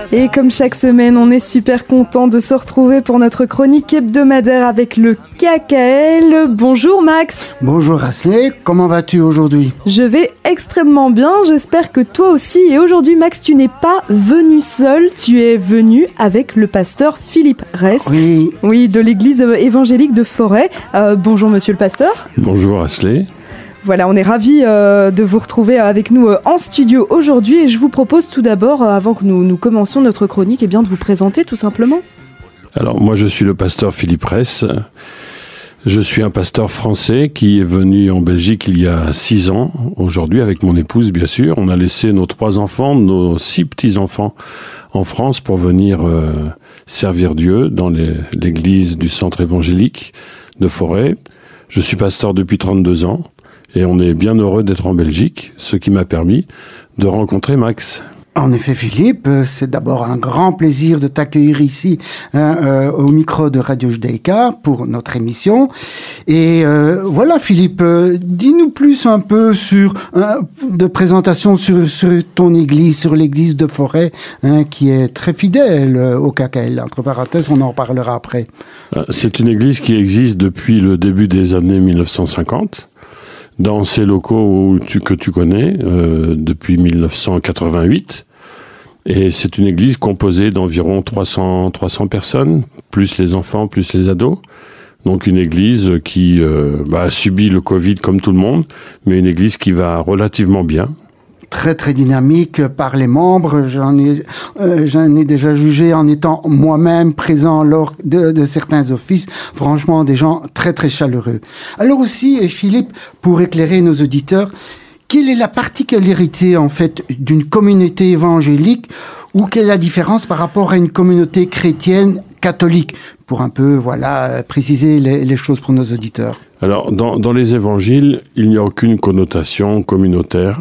Et comme chaque semaine, on est super content de se retrouver pour notre chronique hebdomadaire avec le KKL. Bonjour Max. Bonjour Asley, comment vas-tu aujourd'hui ? Je vais extrêmement bien, j'espère que toi aussi. Et aujourd'hui Max, tu n'es pas venu seul, tu es venu avec le pasteur Philippe Ress. Oui, de l'église évangélique de Forêt. Bonjour monsieur le pasteur. Bonjour Asley. Voilà, on est ravis de vous retrouver avec nous en studio aujourd'hui et je vous propose tout d'abord, avant que nous commencions notre chronique, de vous présenter tout simplement. Alors moi je suis le pasteur Philippe Ress. Je suis un pasteur français qui est venu en Belgique il y a 6 ans, aujourd'hui avec mon épouse bien sûr. On a laissé nos 3 enfants, nos 6 petits-enfants en France pour venir servir Dieu dans l'église du centre évangélique de Forêt. Je suis pasteur depuis 32 ans. Et on est bien heureux d'être en Belgique, ce qui m'a permis de rencontrer Max. En effet, Philippe, c'est d'abord un grand plaisir de t'accueillir ici au micro de Radio Judaïka pour notre émission. Et voilà, Philippe, dis-nous plus un peu de présentation sur ton église, sur l'église de Forêt, qui est très fidèle au KKL. Entre parenthèses, on en reparlera après. C'est une église qui existe depuis le début des années 1950. Dans ces locaux que tu connais, depuis 1988. Et c'est une église composée d'environ 300 personnes, plus les enfants, plus les ados. Donc une église qui a subi le Covid comme tout le monde, mais une église qui va relativement bien. Très très dynamique par les membres. J'en ai déjà jugé en étant moi-même présent lors de certains offices. Franchement, des gens très très chaleureux. Alors aussi, Philippe, pour éclairer nos auditeurs, quelle est la particularité en fait d'une communauté évangélique ou quelle est la différence par rapport à une communauté chrétienne catholique, pour un peu préciser les choses pour nos auditeurs. Alors dans les évangiles, il n'y a aucune connotation communautaire.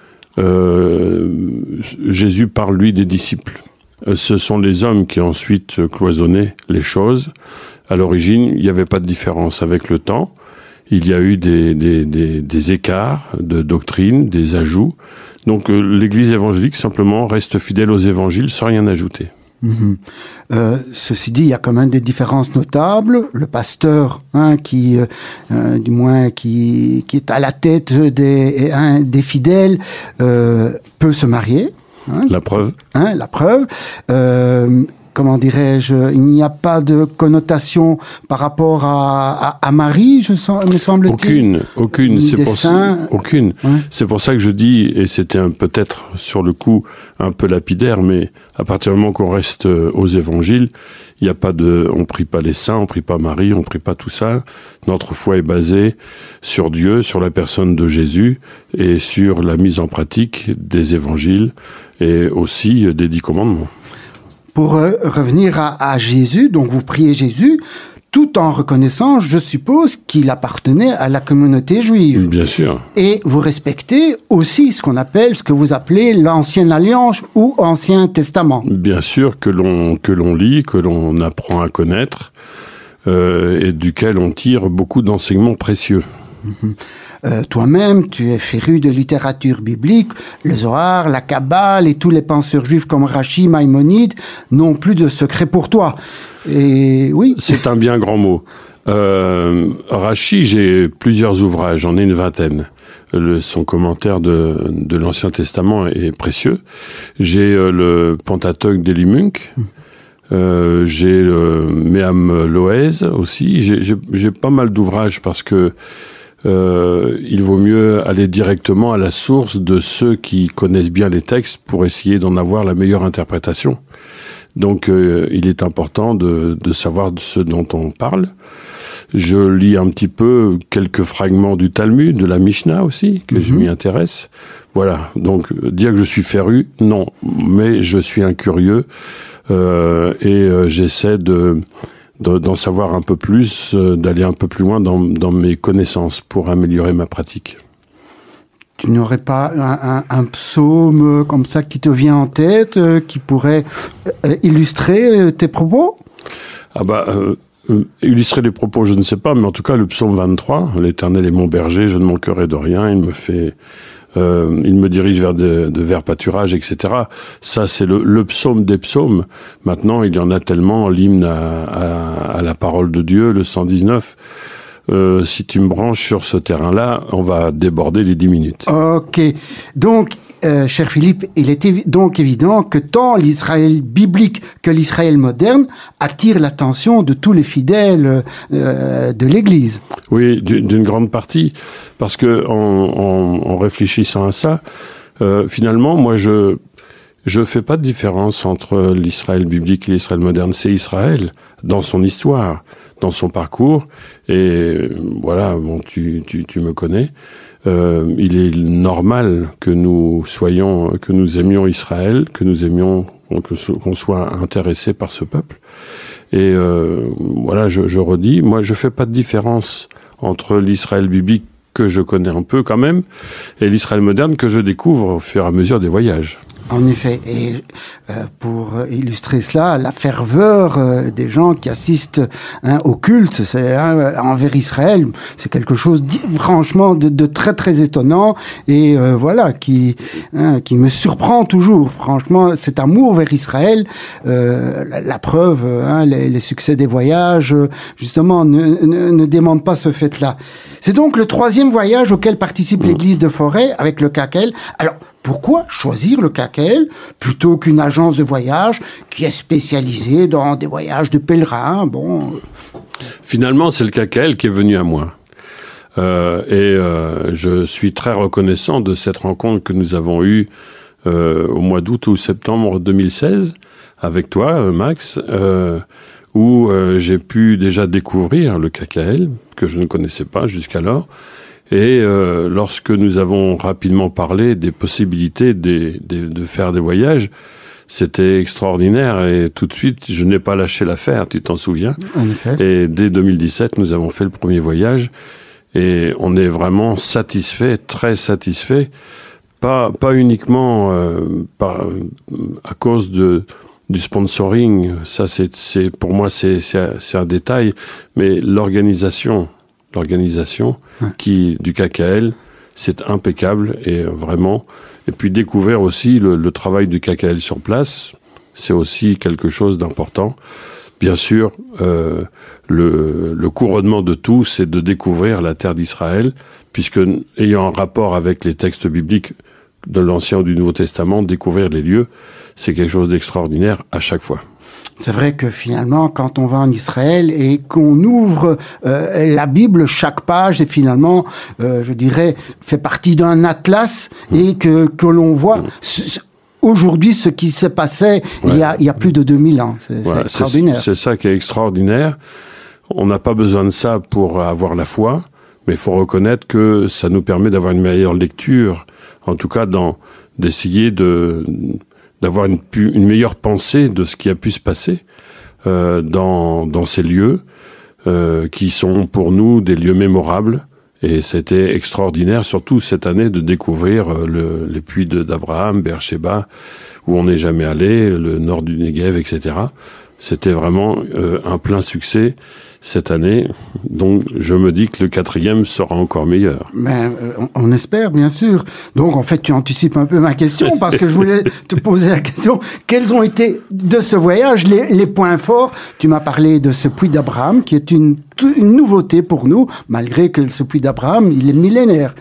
Jésus parle, lui, des disciples. Ce sont les hommes qui ont ensuite cloisonné les choses. À l'origine, il n'y avait pas de différence. Avec le temps, il y a eu des écarts de doctrine, des ajouts. Donc l'Église évangélique, simplement, reste fidèle aux évangiles sans rien ajouter. Ceci dit, il y a quand même des différences notables. Le pasteur, qui est à la tête des fidèles, peut se marier. La preuve. La preuve. Comment dirais-je, il n'y a pas de connotation par rapport à Marie, me semble-t-il. Aucune. Aucune. Ouais. C'est pour ça que je dis, et c'était peut-être sur le coup un peu lapidaire, mais à partir du moment qu'on reste aux évangiles, il n'y a pas on prie pas les saints, on prie pas Marie, on prie pas tout ça. Notre foi est basée sur Dieu, sur la personne de Jésus et sur la mise en pratique des évangiles et aussi des 10 commandements. Pour revenir à Jésus, donc vous priez Jésus, tout en reconnaissant, je suppose, qu'il appartenait à la communauté juive. Bien sûr. Et vous respectez aussi ce que vous appelez l'Ancienne Alliance ou Ancien Testament. Bien sûr que l'on lit, que l'on apprend à connaître, et duquel on tire beaucoup d'enseignements précieux. Toi-même, tu es féru de littérature biblique, le Zohar, la Kabbale et tous les penseurs juifs comme Rashi, Maïmonide n'ont plus de secret pour toi. Et oui. C'est un bien grand mot. Rashi, j'ai plusieurs ouvrages, j'en ai une vingtaine. Son commentaire de l'Ancien Testament est précieux. J'ai le Pentateuque d'Eli Munk. J'ai le Meam Loez aussi. J'ai pas mal d'ouvrages parce que il vaut mieux aller directement à la source de ceux qui connaissent bien les textes pour essayer d'en avoir la meilleure interprétation. Donc il est important de savoir de ce dont on parle. Je lis un petit peu quelques fragments du Talmud, de la Mishnah aussi, que je m'y intéresse. Voilà, donc dire que je suis féru, non, mais je suis un curieux et j'essaie d'en savoir un peu plus, d'aller un peu plus loin dans mes connaissances pour améliorer ma pratique. Tu n'aurais pas un psaume comme ça qui te vient en tête, qui pourrait illustrer tes propos ? Illustrer les propos, je ne sais pas, mais en tout cas, le psaume 23, « L'Éternel est mon berger, je ne manquerai de rien, il me fait il me dirige vers de verts pâturages, etc. Ça, c'est le psaume des psaumes. Maintenant, il y en a tellement, l'hymne à la parole de Dieu, le 119. Si tu me branches sur ce terrain-là, on va déborder les 10 minutes. Ok. Donc, cher Philippe, il est donc évident que tant l'Israël biblique que l'Israël moderne attire l'attention de tous les fidèles de l'Église. Oui, d'une grande partie, parce que en réfléchissant à ça, finalement, moi, je fais pas de différence entre l'Israël biblique et l'Israël moderne. C'est Israël dans son histoire, dans son parcours, et voilà, bon, tu me connais. Il est normal que nous aimions Israël, qu'on soit intéressé par ce peuple. Et voilà, je redis, moi je fais pas de différence entre l'Israël biblique que je connais un peu quand même et l'Israël moderne que je découvre au fur et à mesure des voyages. En effet, et pour illustrer cela, la ferveur des gens qui assistent au culte envers Israël, c'est quelque chose franchement de très très étonnant et voilà qui me surprend toujours. Franchement, cet amour vers Israël, la preuve, les succès des voyages, justement, ne démentent pas ce fait-là. C'est donc le 3e voyage auquel participe l'église de Forêt avec le KKL. Alors, pourquoi choisir le KKL plutôt qu'une agence de voyage qui est spécialisée dans des voyages de pèlerins? Bon. Finalement, c'est le KKL qui est venu à moi. Je suis très reconnaissant de cette rencontre que nous avons eue au mois d'août ou septembre 2016 avec toi, Max, où j'ai pu déjà découvrir le KKL, que je ne connaissais pas jusqu'alors. Et lorsque nous avons rapidement parlé des possibilités de faire des voyages, c'était extraordinaire. Et tout de suite, je n'ai pas lâché l'affaire, tu t'en souviens? En effet. Et dès 2017, nous avons fait le premier voyage. Et on est vraiment satisfait, très satisfait. Pas uniquement à cause du sponsoring. Ça, c'est pour moi, c'est un détail. Mais l'organisation du KKL, c'est impeccable et vraiment. Et puis découvrir aussi le travail du KKL sur place, c'est aussi quelque chose d'important. Bien sûr, le couronnement de tout, c'est de découvrir la terre d'Israël, puisque ayant un rapport avec les textes bibliques de l'Ancien ou du Nouveau Testament, découvrir les lieux, c'est quelque chose d'extraordinaire à chaque fois. C'est vrai que finalement, quand on va en Israël et qu'on ouvre la Bible, chaque page est finalement, je dirais, fait partie d'un atlas et que l'on voit aujourd'hui ce qui s'est passé il y a plus de 2000 ans. C'est extraordinaire. C'est ça qui est extraordinaire. On n'a pas besoin de ça pour avoir la foi, mais il faut reconnaître que ça nous permet d'avoir une meilleure lecture, en tout cas d'essayer d'avoir une meilleure pensée de ce qui a pu se passer dans ces lieux qui sont pour nous des lieux mémorables. Et c'était extraordinaire, surtout cette année, de découvrir les puits d'Abraham, Beersheba, où on n'est jamais allé, le nord du Negev, etc. C'était vraiment un plein succès cette année. Donc, je me dis que le 4e sera encore meilleur. Mais on espère, bien sûr. Donc, en fait, tu anticipes un peu ma question, parce que je voulais te poser la question. Quels ont été, de ce voyage, les points forts? Tu m'as parlé de ce puits d'Abraham, qui est une nouveauté pour nous, malgré que ce puits d'Abraham, il est millénaire.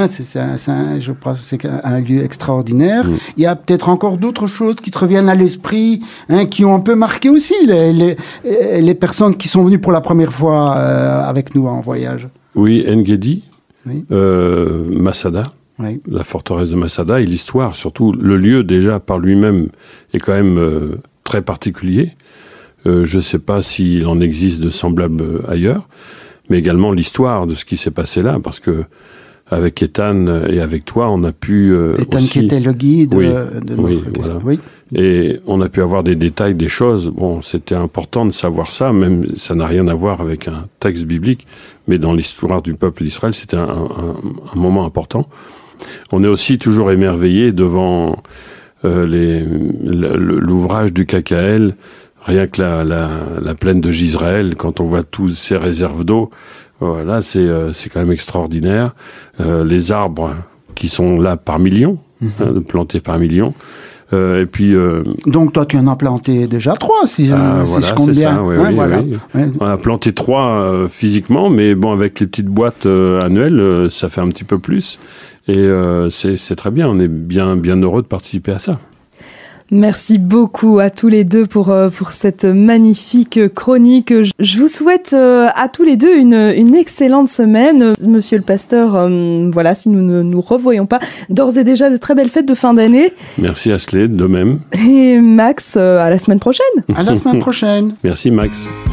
Je pense que c'est un lieu extraordinaire. Il y a peut-être encore d'autres choses qui te reviennent à l'esprit, qui ont un peu marqué aussi les personnes qui sont venues pour la première fois avec nous en voyage. Oui, En-Gedi, Masada, la forteresse de Masada, et l'histoire, surtout le lieu déjà par lui-même est quand même très particulier. Je ne sais pas s'il en existe de semblables ailleurs, mais également l'histoire de ce qui s'est passé là, parce que avec Ethan et avec toi, on a pu Ethan aussi... qui était le guide de notre voilà. Oui. Et on a pu avoir des détails, des choses. Bon, c'était important de savoir ça, même ça n'a rien à voir avec un texte biblique, mais dans l'histoire du peuple d'Israël, c'était un moment important. On est aussi toujours émerveillé devant l'ouvrage du KKL, rien que la plaine de Jizréel, quand on voit toutes ces réserves d'eau, voilà, c'est quand même extraordinaire. Les arbres qui sont là par millions, plantés par millions. Et puis, donc toi tu en as planté déjà 3 si je compte bien. Ça, oui. On a planté 3 physiquement, mais bon, avec les petites boîtes annuelles, ça fait un petit peu plus. Et c'est très bien, on est bien heureux de participer à ça. Merci beaucoup à tous les deux pour cette magnifique chronique. Je vous souhaite à tous les deux une excellente semaine. Monsieur le pasteur, voilà, si nous ne nous revoyons pas, d'ores et déjà de très belles fêtes de fin d'année. Merci Asley, de même. Et Max, à la semaine prochaine. À la semaine prochaine. Merci Max.